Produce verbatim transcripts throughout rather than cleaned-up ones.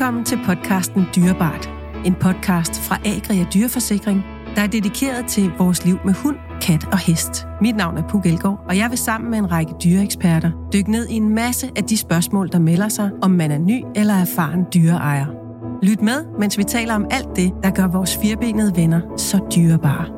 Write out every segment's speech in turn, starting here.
Velkommen til podcasten Dyrebart. En podcast fra Agria Dyreforsikring, der er dedikeret til vores liv med hund, kat og hest. Mit navn er Puk Elgård, og jeg vil sammen med en række dyreeksperter dykke ned i en masse af de spørgsmål, der melder sig, om man er ny eller erfaren dyreejer. Lyt med, mens vi taler om alt det, der gør vores firbenede venner så dyrebare.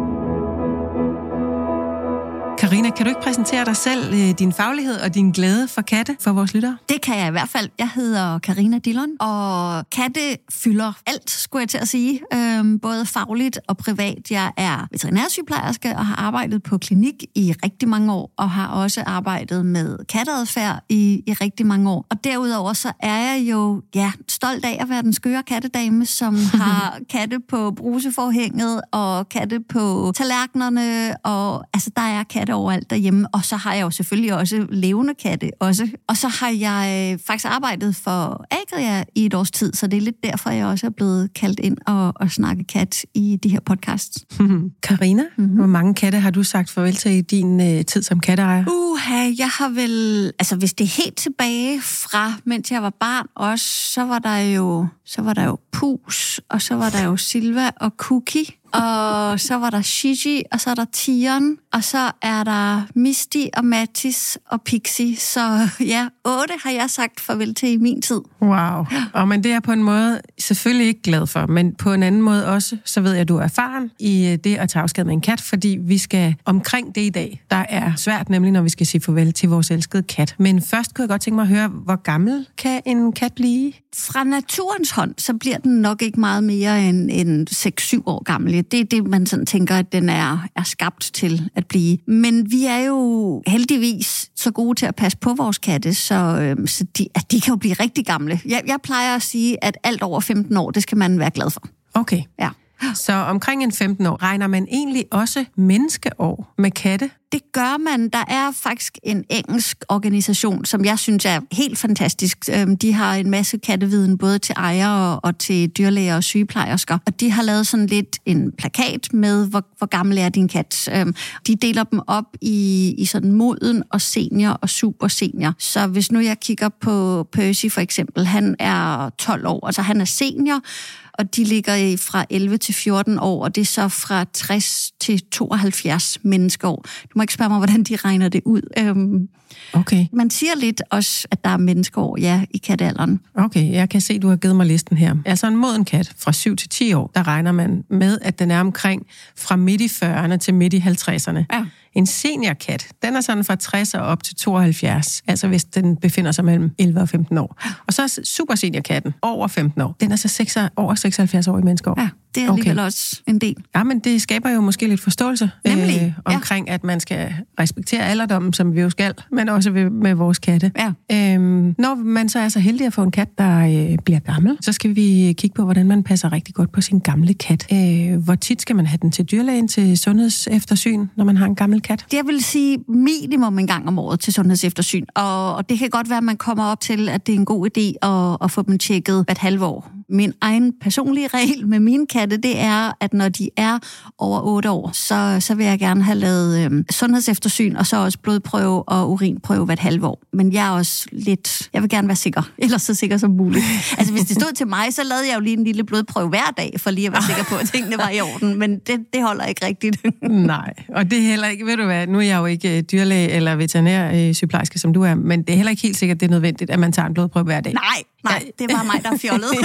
Karina, kan du ikke præsentere dig selv, din faglighed og din glæde for katte for vores lyttere? Det kan jeg i hvert fald. Jeg hedder Karina Dillon, og katte fylder alt, skulle jeg til at sige. Øhm, både fagligt og privat. Jeg er veterinærsygeplejerske og har arbejdet på klinik i rigtig mange år, og har også arbejdet med katteadfærd i, i rigtig mange år. Og derudover så er jeg jo ja, stolt af at være den skøre kattedame, som har katte på bruseforhænget og katte på tallerkenerne, og altså der er katte overalt derhjemme, og så har jeg jo selvfølgelig også levende katte også. Og så har jeg faktisk arbejdet for Agria i et års tid, så det er lidt derfor, jeg også er blevet kaldt ind og, og snakke kat i de her podcasts. Karina, mm-hmm. hvor mange katte har du sagt farvel til i din uh, tid som katteejer? Uha, jeg har vel, altså hvis det er helt tilbage fra, mens jeg var barn også, så var der jo, så var der jo Pus, og så var der jo Silva og Cookie. Og så var der Gigi, og så er der Tigeren, og så er der Misty og Mattis og Pixie. Så ja, otte har jeg sagt farvel til i min tid. Wow. Og men det er jeg på en måde selvfølgelig ikke glad for, men på en anden måde også, så ved jeg, at du er erfaren i det at tage afsked med en kat, fordi vi skal omkring det i dag, der er svært, nemlig når vi skal sige farvel til vores elskede kat. Men først kunne jeg godt tænke mig at høre, hvor gammel kan en kat blive? Fra naturens hånd, så bliver den nok ikke meget mere end, end seks syv år gammel. Det er det, man sådan tænker, at den er, er skabt til at blive. Men vi er jo heldigvis så gode til at passe på vores katte, så, øh, så de, at de kan jo blive rigtig gamle. Jeg, jeg plejer at sige, at alt over femten år, det skal man være glad for. Okay. Ja. Så omkring en femten år, regner man egentlig også menneskeår med katte? Det gør man. Der er faktisk en engelsk organisation, som jeg synes er helt fantastisk. De har en masse katteviden, både til ejere og til dyrlæger og sygeplejersker. Og de har lavet sådan lidt en plakat med, hvor, hvor gammel er din kat. De deler dem op i, i sådan moden og senior og super senior. Så hvis nu jeg kigger på Percy for eksempel, han er tolv år, altså han er senior, og de ligger fra elleve til fjorten år, og det er så fra tres til tooghalvfjerds menneskeår. Du må ikke spørge mig, hvordan de regner det ud. Øhm, okay. Man siger lidt også, at der er menneskeår, ja, i kattealderen. Okay, jeg kan se, du har givet mig listen her. Altså en moden kat fra syv til ti år, der regner man med, at den er omkring fra midt i fyrrerne til midt i halvtredserne. Ja. En seniorkat, den er sådan fra tres og op til tooghalvfjerds, altså hvis den befinder sig mellem elleve og femten år. Og så er super seniorkatten over femten år. Den er så seks, over seksoghalvfjerds år i menneskeår. Ja, det er alligevel okay. Også en del. Ja, men det skaber jo måske lidt forståelse Nemlig, øh, omkring, ja. At man skal respektere alderdommen, som vi jo skal, men også med vores katte. Ja. Øhm, når man så er så heldig at få en kat, der øh, bliver gammel, så skal vi kigge på, hvordan man passer rigtig godt på sin gamle kat. Øh, hvor tit skal man have den til dyrlægen, til sundhedseftersyn, når man har en gammel kat? Det vil sige minimum en gang om året til sundhedseftersyn, og, og det kan godt være, at man kommer op til, at det er en god idé at, at få dem tjekket hvert halve år. Min egen personlige regel med mine katte, det er, at når de er over otte år, så, så vil jeg gerne have lavet øhm, sundhedseftersyn, og så også blodprøve og urinprøve hvert halve år. Men jeg er også lidt, jeg vil gerne være sikker, eller så sikker som muligt. Altså hvis det stod til mig, så lavede jeg jo lige en lille blodprøve hver dag, for lige at være sikker på, at tingene var i orden, men det, det holder ikke rigtigt. Nej, og det er heller ikke, ved du hvad, nu er jeg jo ikke dyrlæge eller veterinær sygeplejerske, som du er, men det er heller ikke helt sikkert, det er nødvendigt, at man tager en blodprøve hver dag. Nej, nej, det var mig, der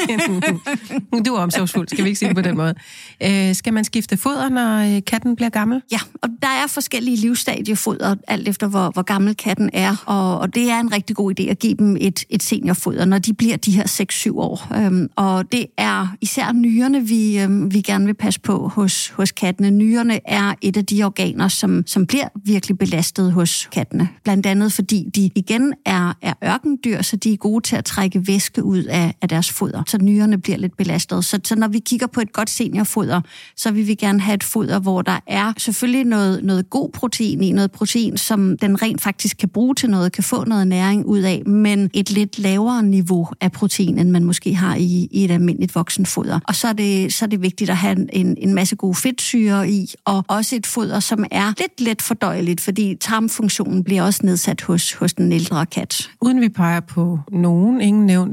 fjollede. Du er omsorgsfuld, skal vi ikke sige det på den måde. Øh, skal man skifte foder, når katten bliver gammel? Ja, og der er forskellige livsstadiefoder, alt efter hvor, hvor gammel katten er, og, og det er en rigtig god idé at give dem et, et seniorfoder, når de bliver de her seks syv år. Øhm, og det er især nyrerne, vi, øhm, vi gerne vil passe på hos, hos kattene. Nyrerne er et af de organer, som, som bliver virkelig belastet hos kattene. Blandt andet fordi de igen er, er ørkendyr, så de er gode til at trække væske ud af, af deres foder. Så nyrerne bliver lidt belastet. Så, så når vi kigger på et godt seniorfoder, så vil vi gerne have et foder, hvor der er selvfølgelig noget, noget god protein i, noget protein, som den rent faktisk kan bruge til noget, kan få noget næring ud af, men et lidt lavere niveau af protein, end man måske har i, i et almindeligt voksenfoder. Og så er det, så er det vigtigt at have en, en masse gode fedtsyre i, og også et foder, som er lidt let fordøjeligt, fordi tarmfunktionen bliver også nedsat hos, hos den ældre kat. Uden vi peger på nogen, ingen nævnt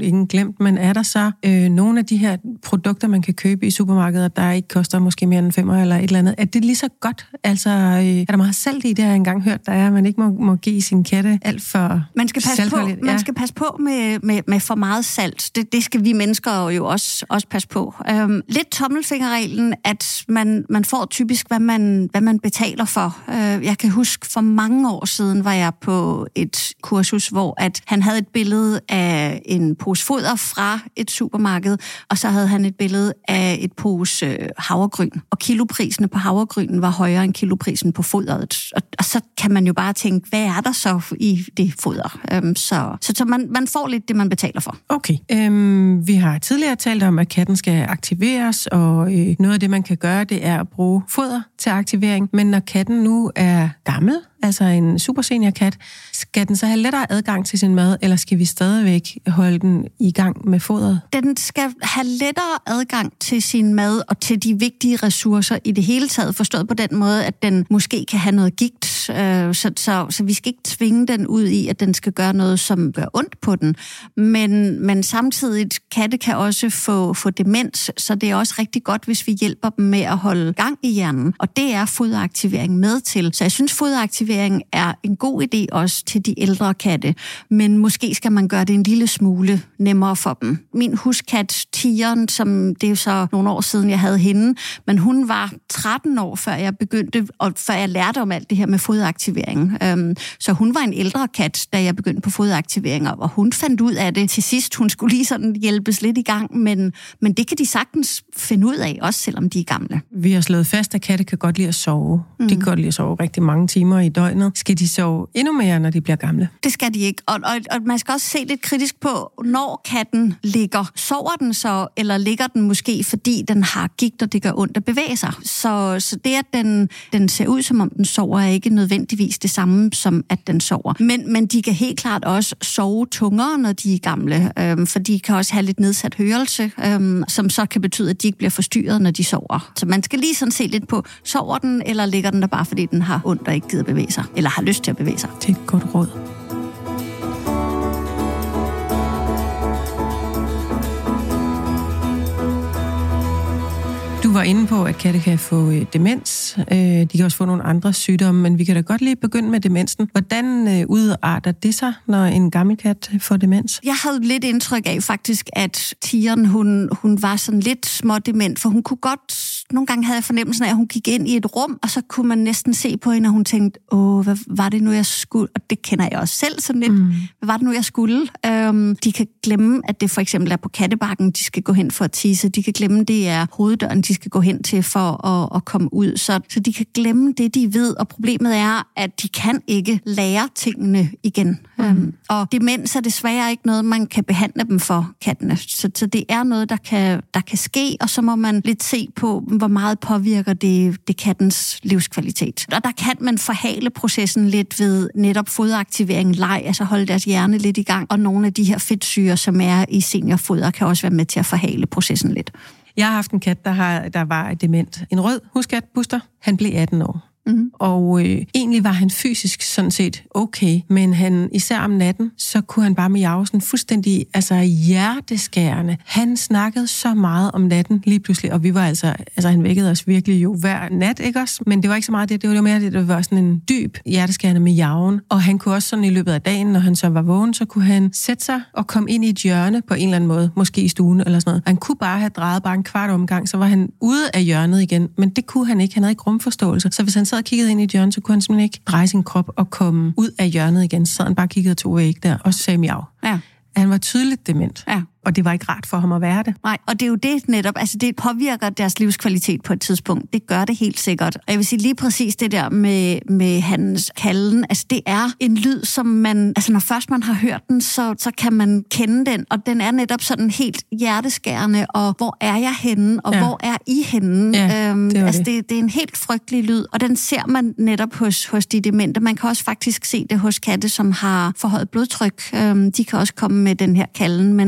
ingen glemt, men er der så øh, nogle af de her produkter, man kan købe i supermarkedet, der ikke koster måske mere end femmer eller et eller andet, er det lige så godt? Altså, øh, er der meget salt i det, har jeg engang hørt, der er, at man ikke må, må give sin katte alt for man skal passe på, ja. Man skal passe på med, med, med for meget salt. Det, det skal vi mennesker jo også, også passe på. Øhm, lidt tommelfingerreglen, at man, man får typisk, hvad man, hvad man betaler for. Øh, jeg kan huske, for mange år siden var jeg på et kursus, hvor at han havde et billede af en pose foder fra et supermarked, og så havde han et billede af et pose øh, havregryn. Og kiloprisene på havregrynen var højere end kiloprisen på foderet. Og, og så kan man jo bare tænke, hvad er der så i det foder? Øhm, så så, så man, man får lidt det, man betaler for. Okay. Øhm, vi har tidligere talt om, at katten skal aktiveres, og øh, noget af det, man kan gøre, det er at bruge foder til aktivering. Men når katten nu er gammel, altså en super seniorkat, skal den så have lettere adgang til sin mad, eller skal vi stadigvæk holde den i gang med fodret? Den skal have lettere adgang til sin mad og til de vigtige ressourcer i det hele taget, forstået på den måde, at den måske kan have noget gigt, øh, så, så, så vi skal ikke tvinge den ud i, at den skal gøre noget, som gør ondt på den. Men, men samtidig, katte kan også få, få demens, så det er også rigtig godt, hvis vi hjælper dem med at holde gang i hjernen, og det er foderaktivering med til. Så jeg synes, foderaktivering er en god idé også til de ældre katte, men måske skal man gøre det en lille smule nemmere for dem. Min huskat, Tigeren, som det er jo så nogle år siden, jeg havde hende, men hun var tretten år, før jeg begyndte, og før jeg lærte om alt det her med foderaktivering. Så hun var en ældre kat, da jeg begyndte på foderaktiveringer, og hun fandt ud af det til sidst. Hun skulle lige sådan hjælpes lidt i gang, men, men det kan de sagtens finde ud af, også selvom de er gamle. Vi har slået fast, at katte kan godt lide at sove. Mm. De kan godt lide at sove rigtig mange timer i døgnet. Skal de sove endnu mere, når de bliver gamle? Det skal de ikke. Og, og, og man skal også se lidt kritisk på, når katten ligger. Sover den så, eller ligger den måske, fordi den har gigt, og det gør ondt at bevæge sig? Så, så det, at den, den ser ud, som om den sover, er ikke nødvendigvis det samme, som at den sover. Men, men de kan helt klart også sove tungere, når de er gamle, øhm, for de kan også have lidt nedsat hørelse, øhm, som så kan betyde, at de ikke bliver forstyrret, når de sover. Så man skal lige sådan se lidt på, sover den, eller ligger den der bare, fordi den har ondt og ikke gider bevæge sig, eller har lyst til at bevæge sig. Det er et godt råd. Du var inde på, at katte kan få øh, demens. Øh, de kan også få nogle andre sygdomme, men vi kan da godt lige begynde med demensen. Hvordan øh, udarter det sig, når en gammel kat får demens? Jeg havde lidt indtryk af faktisk, at Tigeren, hun, hun var sådan lidt smådement, for hun kunne godt... Nogle gange havde jeg fornemmelsen af, at hun gik ind i et rum, og så kunne man næsten se på hende, og hun tænkte, åh, hvad var det nu, jeg skulle? Og det kender jeg også selv sådan lidt. Mm. Hvad var det nu, jeg skulle? Øhm, de kan glemme, at det for eksempel er på kattebakken, de skal gå hen for at tisse. De kan glemme, det er hoveddøren, de skal gå hen til for at, at komme ud. Så, så de kan glemme det, de ved, og problemet er, at de kan ikke lære tingene igen. Mm. Øhm, og demens er desværre ikke noget, man kan behandle dem for, kattene. Så, så det er noget, der kan, der kan ske, og så må man lidt se på, hvor meget påvirker det, det kattens livskvalitet. Og der kan man forhale processen lidt ved netop foderaktivering, leg, altså holde deres hjerne lidt i gang, og nogle af de her fedtsyrer, som er i seniorfoder, kan også være med til at forhale processen lidt. Jeg har haft en kat, der, har, der var dement. En rød huskat, Buster. Han blev atten år. Mm-hmm. Og øh, egentlig var han fysisk sådan set okay, men han især om natten, så kunne han bare miave sådan fuldstændig altså hjerteskærende. Han snakkede så meget om natten lige pludselig, og vi var altså, altså han vækkede os virkelig jo hver nat, ikke også? Men det var ikke så meget det, det var mere det, det var sådan en dyb hjerteskærende miaven, og han kunne også sådan i løbet af dagen, når han så var vågen, så kunne han sætte sig og komme ind i et hjørne på en eller anden måde, måske i stuen eller sådan noget. Han kunne bare have drejet bare en kvart omgang, så var han ude af hjørnet igen, men det kunne han ikke, han havde ikke rumforståelse. Så hvis han sad og kiggede ind i et hjørne, så kunne han simpelthen ikke dreje sin krop og komme ud af hjørnet igen. Så sad han bare kiggede og tog væk der, og så sagde miau. Ja. Han var tydeligt dement. Ja. Og det var ikke rart for ham at være det. Nej, og det er jo det netop, altså det påvirker deres livskvalitet på et tidspunkt. Det gør det helt sikkert. Og jeg vil sige lige præcis det der med, med hans kalden, altså det er en lyd, som man, altså når først man har hørt den, så, så kan man kende den, og den er netop sådan helt hjerteskærende, og hvor er jeg henne, og ja. Hvor er I henne? Ja, øhm, det altså det. Det, det er en helt frygtelig lyd, og den ser man netop hos, hos de demente. Man kan også faktisk se det hos katte, som har forhøjet blodtryk. Øhm, de kan også komme med den her kalden, men det er en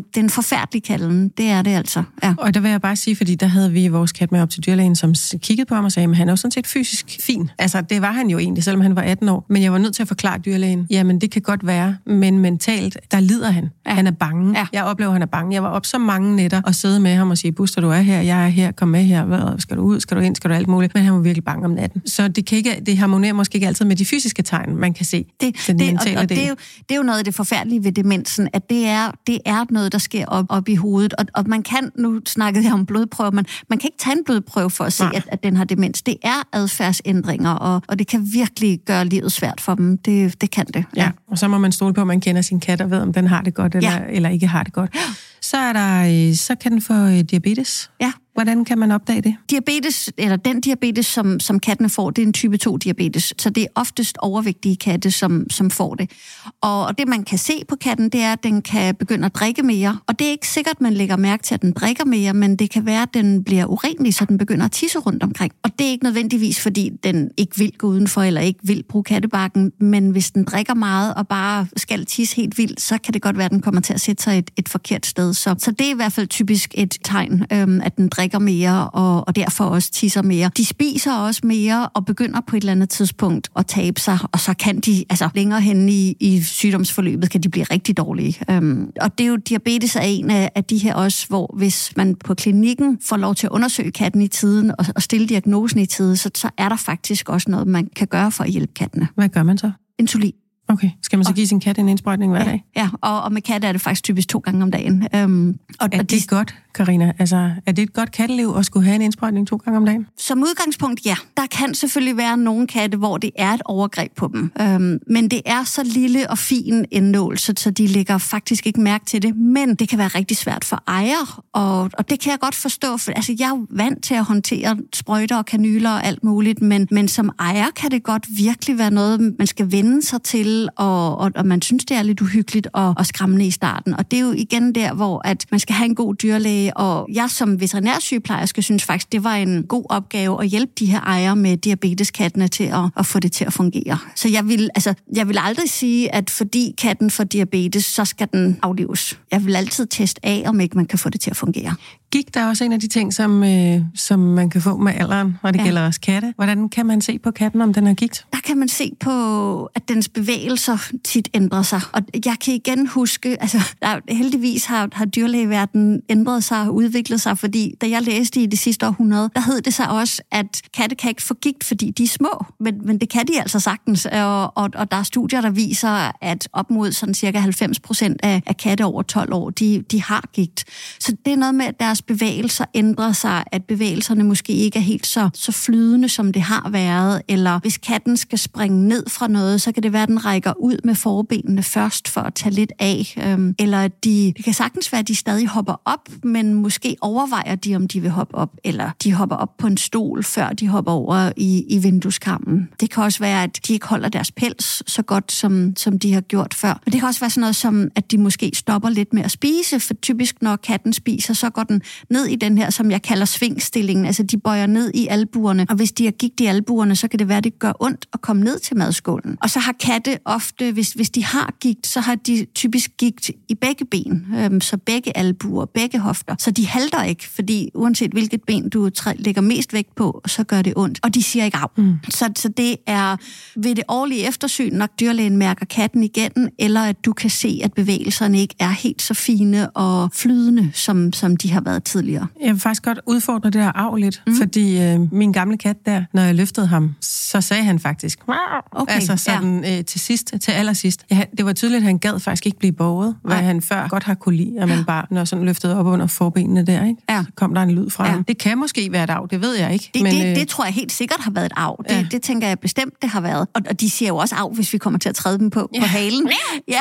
det er en forfærdelig kalden. Det er det altså, ja. Og der vil jeg bare sige, fordi der havde vi vores kat med op til dyrlægen, som kiggede på ham og sagde, at han er jo sådan set fysisk fin. Altså, det var han jo egentlig, selvom han var atten år. Men jeg var nødt til at forklare dyrlægen, jamen det kan godt være, men mentalt, der lider han. Ja. Han er bange. Ja. Jeg oplever, at han er bange. Jeg var op så mange nætter og sidde med ham og sige, Buster, du er her, jeg er her, kom med her, hvad, skal du ud, skal du ind, skal du alt muligt. Men han var virkelig bange om natten. Så det, kan ikke, det harmonerer måske ikke altid med de fysiske tegn, man kan se. Det, det, og, og det, er jo, det er jo noget af det forfærdelige ved demensen, at det er, det er noget, der sker op, op i hovedet. Og, og man kan, nu snakkede jeg om blodprøver, men man kan ikke tage en blodprøve for at se, at, at den har demens. Det er adfærdsændringer, og, og det kan virkelig gøre livet svært for dem. Det, det kan det. Ja. ja, og så må man stole på, at man kender sin kat og ved, om den har det godt eller, ja. eller ikke har det godt. Så, er der, så kan den få diabetes. Ja. Hvordan kan man opdage det? Diabetes, eller den diabetes, som, som kattene får, det er en type to diabetes. Så det er oftest overvægtige katte, som, som får det. Og, og det, man kan se på katten, det er, at den kan begynde at drikke mere. Og det er ikke sikkert, at man lægger mærke til, at den drikker mere, men det kan være, at den bliver urenlig, så den begynder at tisse rundt omkring. Og det er ikke nødvendigvis, fordi den ikke vil gå udenfor, eller ikke vil bruge kattebakken. Men hvis den drikker meget og bare skal tisse helt vildt, så kan det godt være, at den kommer til at sætte sig et, et forkert sted. Så, så det er i hvert fald typisk et tegn, øhm, at den drikker mere, og, og derfor også tisser mere. De spiser også mere, og begynder på et eller andet tidspunkt at tabe sig, og så kan de, altså længere henne i, i sygdomsforløbet, kan de blive rigtig dårlige. Øhm, og det er jo, diabetes er en af, af de her også, hvor hvis man på klinikken får lov til at undersøge katten i tiden, og, og stille diagnosen i tide, så, så er der faktisk også noget, man kan gøre for at hjælpe kattene. Hvad gør man så? Insulin. Okay, skal man så give sin kat en indsprøjtning hver ja, dag? Ja, og, og med katte er det faktisk typisk to gange om dagen. Øhm, og, er det de, godt, Karina? Altså, er det et godt katteliv at skulle have en indsprøjtning to gange om dagen? Som udgangspunkt, ja. Der kan selvfølgelig være nogle katte, hvor det er et overgreb på dem. Øhm, men det er så lille og fin en nål, så, så de lægger faktisk ikke mærke til det. Men det kan være rigtig svært for ejer, og, og det kan jeg godt forstå. For, altså, jeg er jo vant til at håndtere sprøjter og kanyler og alt muligt, men, men som ejer kan det godt virkelig være noget, man skal vende sig til, og, og, og man synes, det er lidt uhyggeligt og, og skræmmende i starten. Og det er jo igen der, hvor at man skal have en god dyrlæge, og jeg som veterinærsygeplejerske synes faktisk, det var en god opgave at hjælpe de her ejere med diabeteskattene til at, at få det til at fungere. Så jeg vil, altså, jeg vil aldrig sige, at fordi katten får diabetes, så skal den aflives. Jeg vil altid teste af, om ikke man kan få det til at fungere. Gigt, der er også en af de ting, som, øh, som man kan få med alderen, og det ja. gælder også katte. Hvordan kan man se på katten, om den har gigt? Der kan man se på, at dens bevægelser tit ændrer sig. Og jeg kan igen huske, altså der, heldigvis har, har dyrlægeverdenen ændret sig og udviklet sig, fordi da jeg læste i det sidste århundrede, der hed det sig også, at katte kan ikke få gigt, fordi de er små. Men, men det kan de altså sagtens. Og, og, og der er studier, der viser, at op mod sådan cirka halvfems procent af, af katte over tolv år, de, de har gigt. Så det er noget med, at deres bevægelser ændrer sig, at bevægelserne måske ikke er helt så, så flydende, som det har været, eller hvis katten skal springe ned fra noget, så kan det være, at den rækker ud med forbenene først for at tage lidt af, øhm, eller at de, det kan sagtens være, at de stadig hopper op, men måske overvejer de, om de vil hoppe op, eller de hopper op på en stol, før de hopper over i, i vindueskarmen. Det kan også være, at de ikke holder deres pels så godt, som, som de har gjort før. Men det kan også være sådan noget som, at de måske stopper lidt med at spise, for typisk når katten spiser, så går den ned i den her, som jeg kalder svingstillingen. Altså, de bøjer ned i albuerne, og hvis de har gigt i albuerne, så kan det være, at det gør ondt at komme ned til madskålen. Og så har katte ofte, hvis, hvis de har gigt, så har de typisk gigt i begge ben, øhm, så begge albuer, begge hofter. Så de halter ikke, fordi uanset hvilket ben du træ, lægger mest vægt på, så gør det ondt. Og de siger ikke af. Mm. Så, så det er ved det årlige eftersyn, når dyrlægen mærker katten igen, eller at du kan se, at bevægelserne ikke er helt så fine og flydende, som, som de har været tidligere. Jeg vil faktisk godt udfordre det der af lidt, mm. fordi øh, min gamle kat der, når jeg løftede ham, så sagde han faktisk, okay, altså sådan ja. øh, til sidst, til allersidst. Ja, det var tydeligt, at han gad faktisk ikke blive båret, hvad han før godt har kunne lide, at man bare, når sådan løftede op under forbenene der, ikke? Ja. Så kom der en lyd fra ja. ham. Det kan måske være et af, det ved jeg ikke. Det, men, det, øh... det tror jeg helt sikkert har været et af. Det, ja. det tænker jeg bestemt, det har været. Og, og de siger jo også af, hvis vi kommer til at træde dem på, ja. på halen. Ja.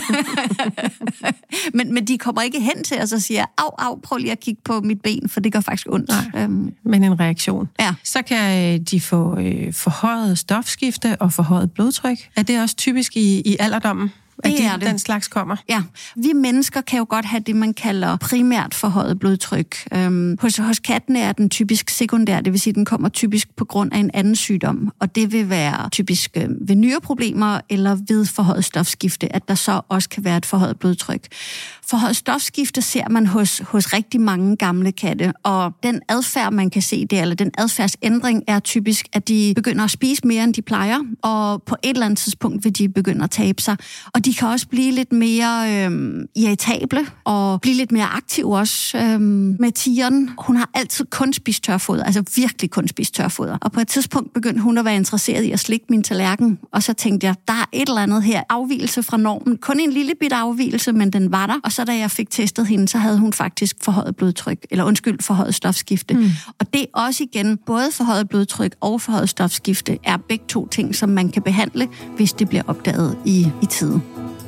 men, men de kommer ikke hen til os og siger, au, au, prøv lige at kigge på mit ben, for det gør faktisk ondt. Øhm. Men en reaktion. Ja. Så kan de få øh, forhøjet stofskifte og forhøjet blodtryk. Er det også typisk i, i alderdommen? at de, er det. den slags kommer? Ja, vi mennesker kan jo godt have det, man kalder primært forhøjet blodtryk. Øhm, hos, hos kattene er den typisk sekundær, det vil sige, at den kommer typisk på grund af en anden sygdom, og det vil være typisk øh, ved nyreproblemer eller ved forhøjet stofskifte, at der så også kan være et forhøjet blodtryk. Forhøjet stofskifte ser man hos, hos rigtig mange gamle katte, og den adfærd, man kan se der, eller den adfærdsændring, er typisk, at de begynder at spise mere, end de plejer, og på et eller andet tidspunkt vil de begynde at tabe sig. Og de kan også blive lidt mere øh, irritable, og blive lidt mere aktive også øh, med tigeren. Hun har altid kun spist tørfoder, altså virkelig kun spist tørfoder. Og på et tidspunkt begyndte hun at være interesseret i at slikke min tallerken, og så tænkte jeg, der er et eller andet her, afvigelse fra normen. Kun en lille bit afvigelse, men den var der. Og så da jeg fik testet hende, så havde hun faktisk forhøjet blodtryk, eller undskyld, forhøjet stofskifte. Mm. Og det er også igen, både forhøjet blodtryk og forhøjet stofskifte, er begge to ting, som man kan behandle, hvis det bliver opdaget i, i tide.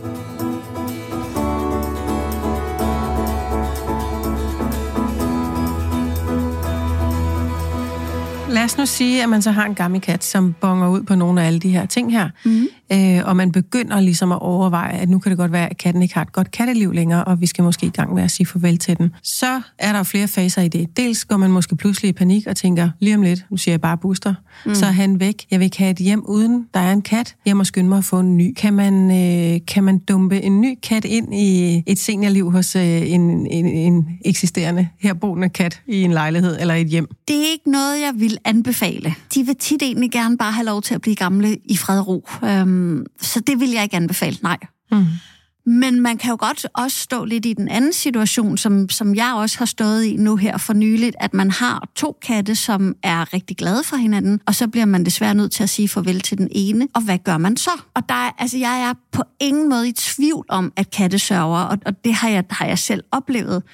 Lad os nu sige, at man så har en gammel kat, som bonger ud på nogle af alle de her ting her, mm. øh, og man begynder ligesom at overveje, at nu kan det godt være, at katten ikke har et godt katteliv længere, og vi skal måske i gang med at sige farvel til den. Så er der jo flere faser i det. Dels går man måske pludselig i panik og tænker, lige om lidt, nu siger jeg bare Buster, mm. så er han væk. Jeg vil ikke have et hjem uden, der er en kat. Jeg må skynde mig at få en ny. Kan man, øh, kan man dumpe en ny kat ind i et seniorliv hos øh, en, en, en eksisterende herboende kat i en lejlighed eller et hjem? Det er ikke noget, jeg vil anbefale. De vil tit egentlig gerne bare have lov til at blive gamle i fred og ro. Øhm, så det vil jeg ikke anbefale, nej. Mm. Men man kan jo godt også stå lidt i den anden situation, som, som jeg også har stået i nu her for nyligt, at man har to katte, som er rigtig glade for hinanden, og så bliver man desværre nødt til at sige farvel til den ene. Og hvad gør man så? Og der er, altså, jeg er på ingen måde i tvivl om, at katte sørger, og, og det har jeg, har jeg selv oplevet.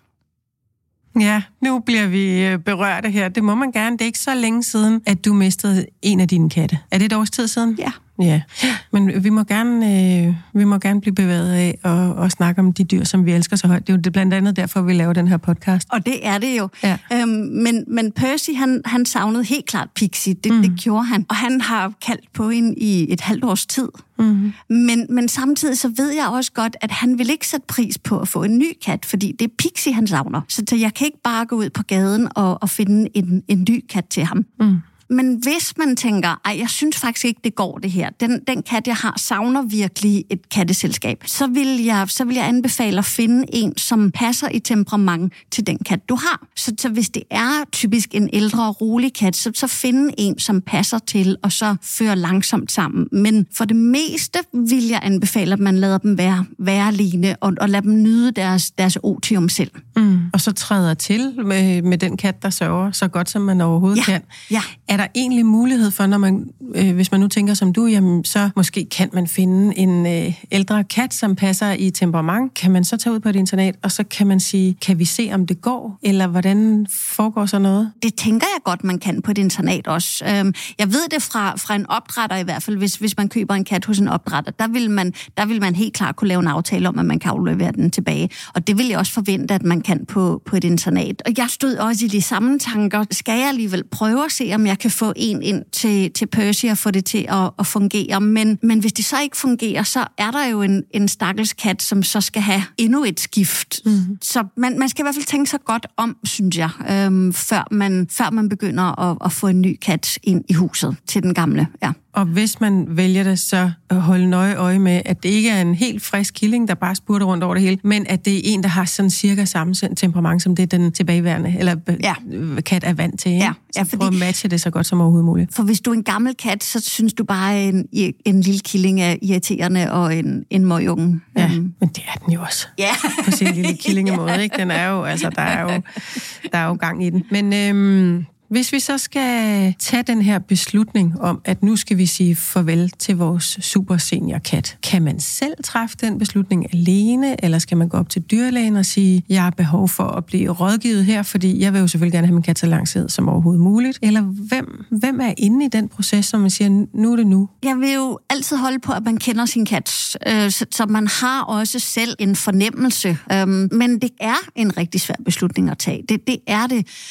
Ja, nu bliver vi berørte her. Det må man gerne. Det er ikke så længe siden, at du mistede en af dine katte. Er det et års tid siden? Ja. Ja, men vi må gerne, øh, vi må gerne blive bevæget af og, og snakke om de dyr, som vi elsker så højt. Det er jo det blandt andet derfor, vi laver den her podcast. Og det er det jo. Ja. Øhm, men, men Percy, han, han savnede helt klart Pixie. Det, mm. det gjorde han. Og han har kaldt på hende i et halvt års tid. Mm. Men, men samtidig så ved jeg også godt, at han vil ikke sætte pris på at få en ny kat, fordi det er Pixie, han savner. Så, så jeg kan ikke bare gå ud på gaden og, og finde en, en ny kat til ham. Mm. Men hvis man tænker, ej, jeg synes faktisk ikke, det går det her. Den, den kat, jeg har, savner virkelig et katteselskab. Så vil, jeg, så vil jeg anbefale at finde en, som passer i temperament til den kat, du har. Så, så hvis det er typisk en ældre og rolig kat, så, så finde en, som passer til, og så føre langsomt sammen. Men for det meste vil jeg anbefale, at man lader dem være, være alene, og, og lade dem nyde deres, deres otium selv. Mm. Og så træder til med, med den kat, der sørger så godt, som man overhovedet ja. kan. Ja. Er der egentlig mulighed for, når man, øh, hvis man nu tænker som du, jamen, så måske kan man finde en øh, ældre kat, som passer i temperament. Kan man så tage ud på et internat, og så kan man sige, kan vi se, om det går? Eller hvordan foregår så noget? Det tænker jeg godt, man kan på et internat også. Jeg ved det fra, fra en opdrætter i hvert fald, hvis, hvis man køber en kat hos en opdrætter. Der vil, man, der vil man helt klart kunne lave en aftale om, at man kan aflevere den tilbage. Og det vil jeg også forvente, at man kan på, på et internat. Og jeg stod også i de samme tanker. Skal jeg alligevel prøve at se, om jeg kan få en ind til, til Percy og få det til at, at fungere. Men, men hvis det så ikke fungerer, så er der jo en, en stakkels kat, som så skal have endnu et skift. Mm-hmm. Så man, man skal i hvert fald tænke sig godt om, synes jeg, øhm, før, man, før man begynder at, at få en ny kat ind i huset til den gamle. Ja. Og hvis man vælger det, så holde nøje øje med, at det ikke er en helt frisk killing, der bare spurter rundt over det hele, men at det er en, der har sådan cirka samme temperament, som det den tilbageværende, eller ja. kat er vant til. Ikke? Ja. Ja, fordi, prøv at matche det så godt som overhovedet muligt. For hvis du er en gammel kat, så synes du bare, en, en lille killing er irriterende og en, en møgunge. Ja, um. men det er den jo også. Ja. På sin lille killingemåde, ikke? Den er jo, altså, der er jo, der er jo gang i den. Men øhm, hvis vi så skal tage den her beslutning om, at nu skal vi sige farvel til vores super senior kat, kan man selv træffe den beslutning alene, eller skal man gå op til dyrlægen og sige, jeg har behov for at blive rådgivet her, fordi jeg vil jo selvfølgelig gerne have min kat så lang tid som overhovedet muligt. Eller hvem, hvem er inde i den proces, som man siger, nu er det nu? Jeg vil jo altid holde på, at man kender sin kat, øh, så, så man har også selv en fornemmelse. Øh, men det er en rigtig svær beslutning at tage. Det, det er det.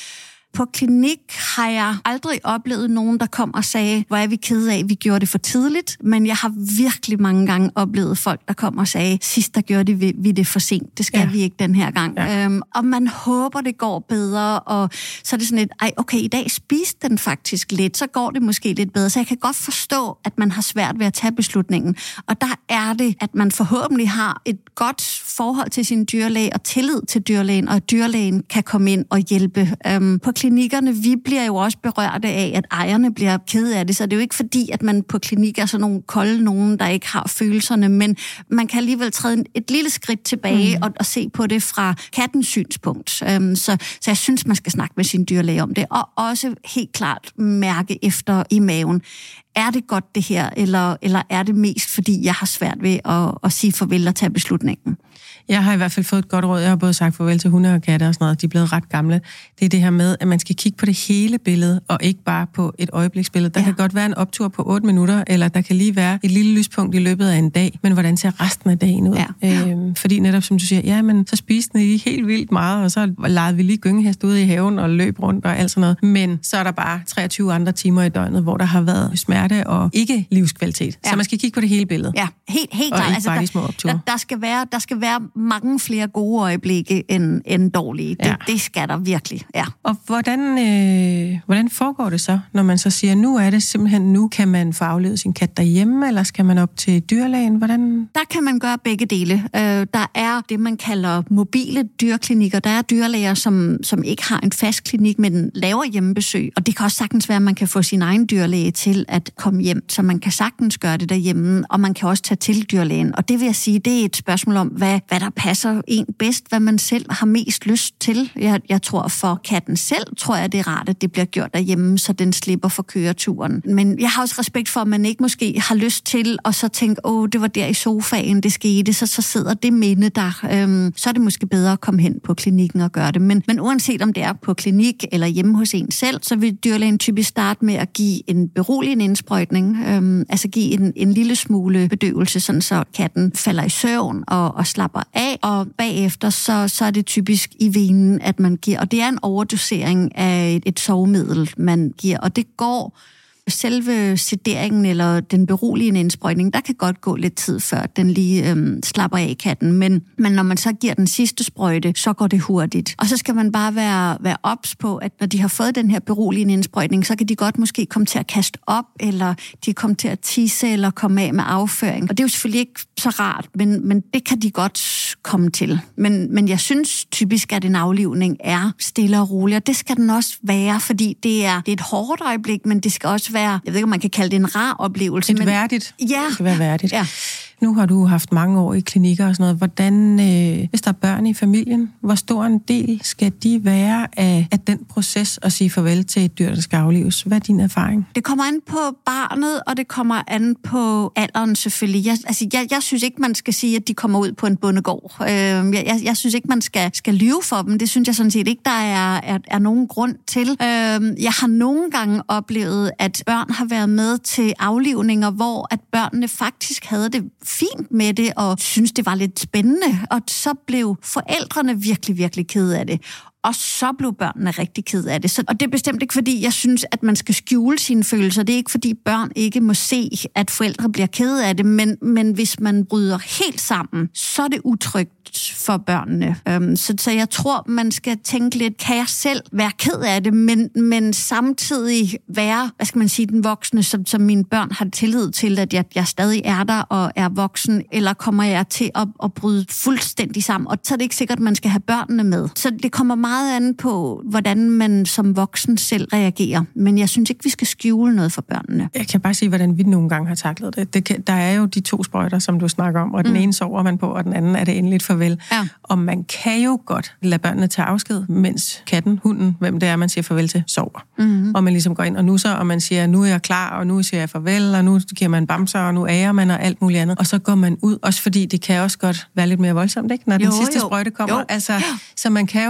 På klinik har jeg aldrig oplevet nogen, der kom og sagde, hvor er vi kede af, vi gjorde det for tidligt. Men jeg har virkelig mange gange oplevet folk, der kom og sagde, sidst der gjorde det, vi det for sent. Det skal ja. vi ikke den her gang. Ja. Øhm, og man håber, det går bedre. Og så er det sådan et, ej, okay, i dag spiste den faktisk lidt, så går det måske lidt bedre. Så jeg kan godt forstå, at man har svært ved at tage beslutningen. Og der er det, at man forhåbentlig har et godt forhold til sin dyrlæge og tillid til dyrlægen, og at dyrlægen kan komme ind og hjælpe. Øhm, på klinikkerne, vi bliver jo også berørte af, at ejerne bliver kede af det, så det er jo ikke fordi, at man på klinik er sådan nogle kolde nogen, der ikke har følelserne, men man kan alligevel træde et lille skridt tilbage mm. og, og se på det fra kattens synspunkt. Øhm, så, så jeg synes, man skal snakke med sin dyrlæge om det, og også helt klart mærke efter i maven. Er det godt det her, eller, eller er det mest, fordi jeg har svært ved at, at sige farvel og tage beslutningen? Jeg har i hvert fald fået et godt råd. Jeg har både sagt farvel til hunde og katte og sådan noget. De er blevet ret gamle. Det er det her med, at man skal kigge på det hele billede, og ikke bare på et øjebliksbillede. Der ja. kan godt være en optur på otte minutter, eller der kan lige være et lille lyspunkt i løbet af en dag. Men hvordan ser resten af dagen ud? Ja. Ja. Øhm, fordi netop som du siger, ja, men så spiste de helt vildt meget, og så legede vi lige gyngehest ude i haven og løb rundt og alt sådan noget. Men så er der bare treogtyve andre timer i døgnet, hvor der har været smerte og ikke livskvalitet. Ja. Så man skal kigge på det hele billede. Ja, helt, helt klart. Altså, der, der, der, skal være, der skal være mange flere gode øjeblikke end, end dårlige. Det, ja. det skal der virkelig, ja. Og hvordan, øh, hvordan foregår det så, når man så siger, nu er det simpelthen, nu kan man få aflevet sin kat derhjemme, eller skal man op til dyrlægen? Hvordan? Der kan man gøre begge dele. Øh, der er det, man kalder mobile dyrklinikker. Der er dyrlæger, som, som ikke har en fast klinik, men laver hjemmebesøg. Og det kan også sagtens være, at man kan få sin egen dyrlæge til at komme hjem, så man kan sagtens gøre det derhjemme, og man kan også tage til dyrlægen. Og det vil jeg sige, det er et spørgsmål om, hvad, hvad der passer en bedst, hvad man selv har mest lyst til. Jeg, jeg tror, for katten selv, tror jeg, det er rart, at det bliver gjort derhjemme, så den slipper for køreturen. Men jeg har også respekt for, at man ikke måske har lyst til, og så tænke, åh, det var der i sofaen, det skete, så, så sidder det minde der. Øhm, så er det måske bedre at komme hen på klinikken og gøre det. Men, men uanset om det er på klinik eller hjemme hos en selv, så vil dyrlægen typisk starte med at give en beroligende indsprøjtning, øhm, altså give en, en lille smule bedøvelse, sådan så katten falder i søvn og, og slapper af, og bagefter så, så er det typisk i venen, at man giver, og det er en overdosering af et, et sovemiddel, man giver, og det går selve sederingen eller den beroligende indsprøjtning, der kan godt gå lidt tid, før den lige øhm, slapper af katten. Men, men når man så giver den sidste sprøjte, så går det hurtigt. Og så skal man bare være, være ops på, at når de har fået den her beroligende indsprøjtning, så kan de godt måske komme til at kaste op, eller de kommer til at tisse, eller komme af med afføring. Og det er jo selvfølgelig ikke så rart, men, men det kan de godt komme til. Men, men jeg synes typisk, at en aflivning er stille og rolig, og det skal den også være, fordi det er, det er et hårdt øjeblik, men det skal også være, jeg ved ikke, om man kan kalde det en rar oplevelse. Et men, værdigt. Ja. Det skal være værdigt. Ja. Nu har du haft mange år i klinikker og sådan noget. Hvordan, øh, hvis der er børn i familien, hvor stor en del skal de være af, af den proces at sige farvel til et dyr, der skal aflives? Hvad er din erfaring? Det kommer an på barnet, og det kommer an på alderen selvfølgelig. Jeg, altså, jeg, jeg synes ikke, man skal sige, at de kommer ud på en bondegård. Øh, jeg, jeg, jeg synes ikke, man skal, skal lyve for dem. Det synes jeg sådan set ikke, der er, er, er nogen grund til. Øh, jeg har nogle gange oplevet, at børn har været med til aflivninger, hvor at børnene faktisk havde det fint med det, og synes det var lidt spændende, og så blev forældrene virkelig, virkelig kede af det. Og så blev børnene rigtig ked af det. Så, og det er bestemt ikke, fordi jeg synes, at man skal skjule sine følelser. Det er ikke, fordi børn ikke må se, at forældre bliver kede af det, men, men hvis man bryder helt sammen, så er det utrygt for børnene. Um, så, så jeg tror, man skal tænke lidt, kan jeg selv være ked af det, men, men samtidig være, hvad skal man sige, den voksne, som, som mine børn har tillid til, at jeg, jeg stadig er der og er voksen, eller kommer jeg til at, at bryde fuldstændig sammen. Og så er det ikke sikkert, at man skal have børnene med. Så det kommer meget an på, hvordan man som voksen selv reagerer. Men jeg synes ikke, vi skal skjule noget for børnene. Jeg kan bare sige, hvordan vi nogle gange har taklet det. det kan, der er jo de to sprøjter, som du snakker om, og den mm. ene sover man på, og den anden er det endeligt farvel. Ja. Og man kan jo godt lade børnene tage afsked, mens katten, hunden, hvem det er, man siger farvel til, sover. Mm-hmm. Og man ligesom går ind og nusser, og man siger, nu er jeg klar, og nu siger jeg farvel, og nu giver man bamser, og nu ærer man, og alt muligt andet. Og så går man ud, også fordi det kan også godt være lidt mere voldsomt, ikke? Når jo, den sidste jo. sprøjte kommer. Jo. Altså, så man kan jo godt ligesom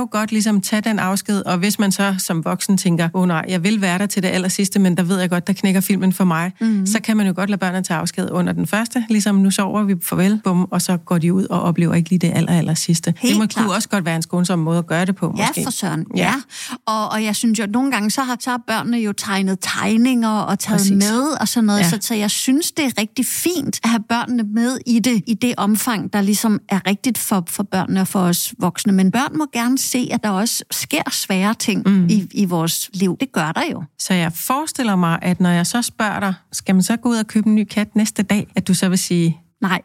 ligesom tage den afsked, og hvis man så som voksen tænker, åh oh, nej, jeg vil være der til det aller sidste, men der ved jeg godt, der knækker filmen for mig, mm. så kan man jo godt lade børnene tage afsked under den første, ligesom nu sover vi farvel, bum, og så går de ud og oplever ikke lige det aller, aller sidste. Helt det må klart. Kunne også godt være en skånsom måde at gøre det på, måske. Ja, for søren. Ja. ja. Og, og jeg synes jo, at nogle gange, så har, så har børnene jo tegnet tegninger og taget Præcis. Med og sådan noget, ja. så, så jeg synes, det er rigtig fint at have børnene med i det, i det omfang, der ligesom er rigtigt for, for børnene og for os voksne. Men børn må gerne se, at der også sker svære ting mm. i, i vores liv. Det gør der jo. Så jeg forestiller mig, at når jeg så spørger dig, skal man så gå ud og købe en ny kat næste dag, at du så vil sige... Nej.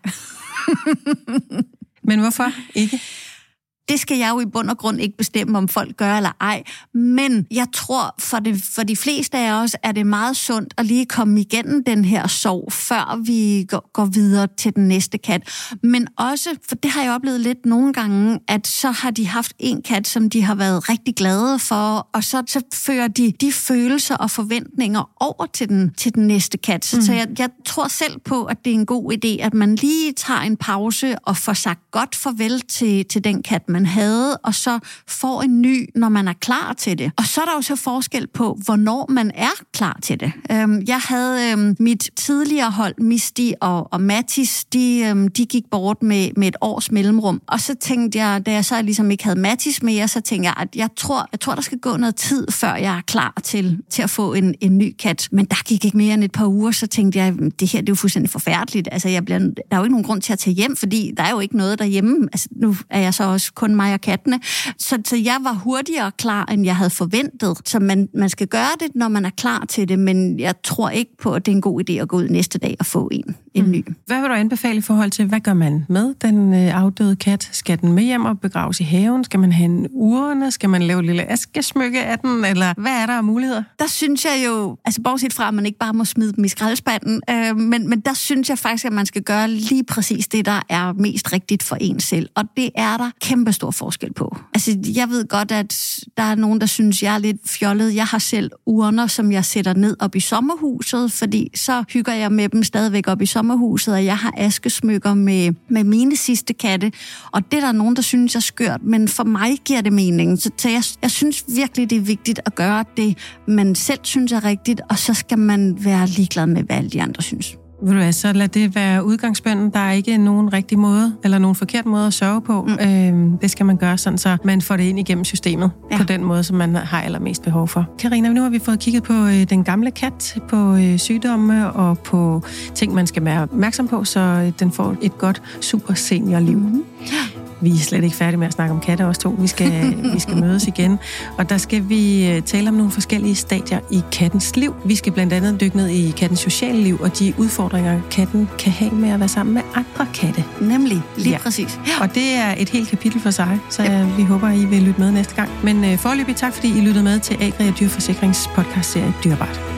Men hvorfor ikke? Det skal jeg jo i bund og grund ikke bestemme, om folk gør eller ej. Men jeg tror, for, det, for de fleste af os, er det meget sundt at lige komme igennem den her sorg, før vi går, går videre til den næste kat. Men også, for det har jeg oplevet lidt nogle gange, at så har de haft en kat, som de har været rigtig glade for, og så, så fører de de følelser og forventninger over til den, til den næste kat. Mm. Så jeg, jeg tror selv på, at det er en god idé, at man lige tager en pause og får sagt godt farvel til, til den kat, man havde, og så får en ny, når man er klar til det. Og så er der jo så forskel på, hvornår man er klar til det. Jeg havde mit tidligere hold, Misty og, og Mattis, de, de gik bort med, med et års mellemrum. Og så tænkte jeg, da jeg så ligesom ikke havde Mattis mere, så tænkte jeg, at jeg tror, jeg tror der skal gå noget tid, før jeg er klar til, til at få en, en ny kat. Men der gik ikke mere end et par uger, så tænkte jeg, det her det er jo fuldstændig forfærdeligt. Altså, jeg bliver, der er jo ikke nogen grund til at tage hjem, fordi der er jo ikke noget derhjemme. Altså, nu er jeg så også kun mig og kattene. Så, så jeg var hurtigere klar, end jeg havde forventet. Så man, man skal gøre det, når man er klar til det, men jeg tror ikke på, at det er en god idé at gå ud næste dag og få en, en mm. ny. Hvad vil du anbefale i forhold til, hvad gør man med den øh, afdøde kat? Skal den med hjem og begraves i haven? Skal man have en urne? Skal man lave et lille askesmykke af den? Eller hvad er der af muligheder? Der synes jeg jo, altså bortset fra, at man ikke bare må smide dem i skraldespanden, øh, men, men der synes jeg faktisk, at man skal gøre lige præcis det, der er mest rigtigt for en selv. Og det er der kæmpe stor forskel på. Altså, jeg ved godt, at der er nogen, der synes, jeg er lidt fjollet. Jeg har selv urner, som jeg sætter ned op i sommerhuset, fordi så hygger jeg med dem stadigvæk op i sommerhuset, og jeg har askesmykker med, med mine sidste katte. Og det er der nogen, der synes, er skørt, men for mig giver det mening. Så, så jeg, jeg synes virkelig, det er vigtigt at gøre det, man selv synes er rigtigt, og så skal man være ligeglad med, hvad alle de andre synes. Vil du altså, så lad det være udgangspunkten. Der er ikke nogen rigtig måde, eller nogen forkert måde at sørge på. Mm. Øhm, det skal man gøre sådan, så man får det ind igennem systemet, ja. På den måde, som man har allermest behov for. Karina, nu har vi fået kigget på øh, den gamle kat, på øh, sygdomme og på ting, man skal være opmærksom på, så øh, den får et godt super seniorliv. Mm. Vi er slet ikke færdige med at snakke om katte, os to. Vi skal, vi skal mødes igen. Og der skal vi tale om nogle forskellige stadier i kattens liv. Vi skal blandt andet dykke ned i kattens sociale liv, og de udfordringer, katten kan have med at være sammen med andre katte. Nemlig, lige ja. Præcis. Ja. Og det er et helt kapitel for sig, så ja. Vi håber, I vil lytte med næste gang. Men foreløbig tak, fordi I lyttede med til Agria Dyrforsikrings podcastserie Dyrebart.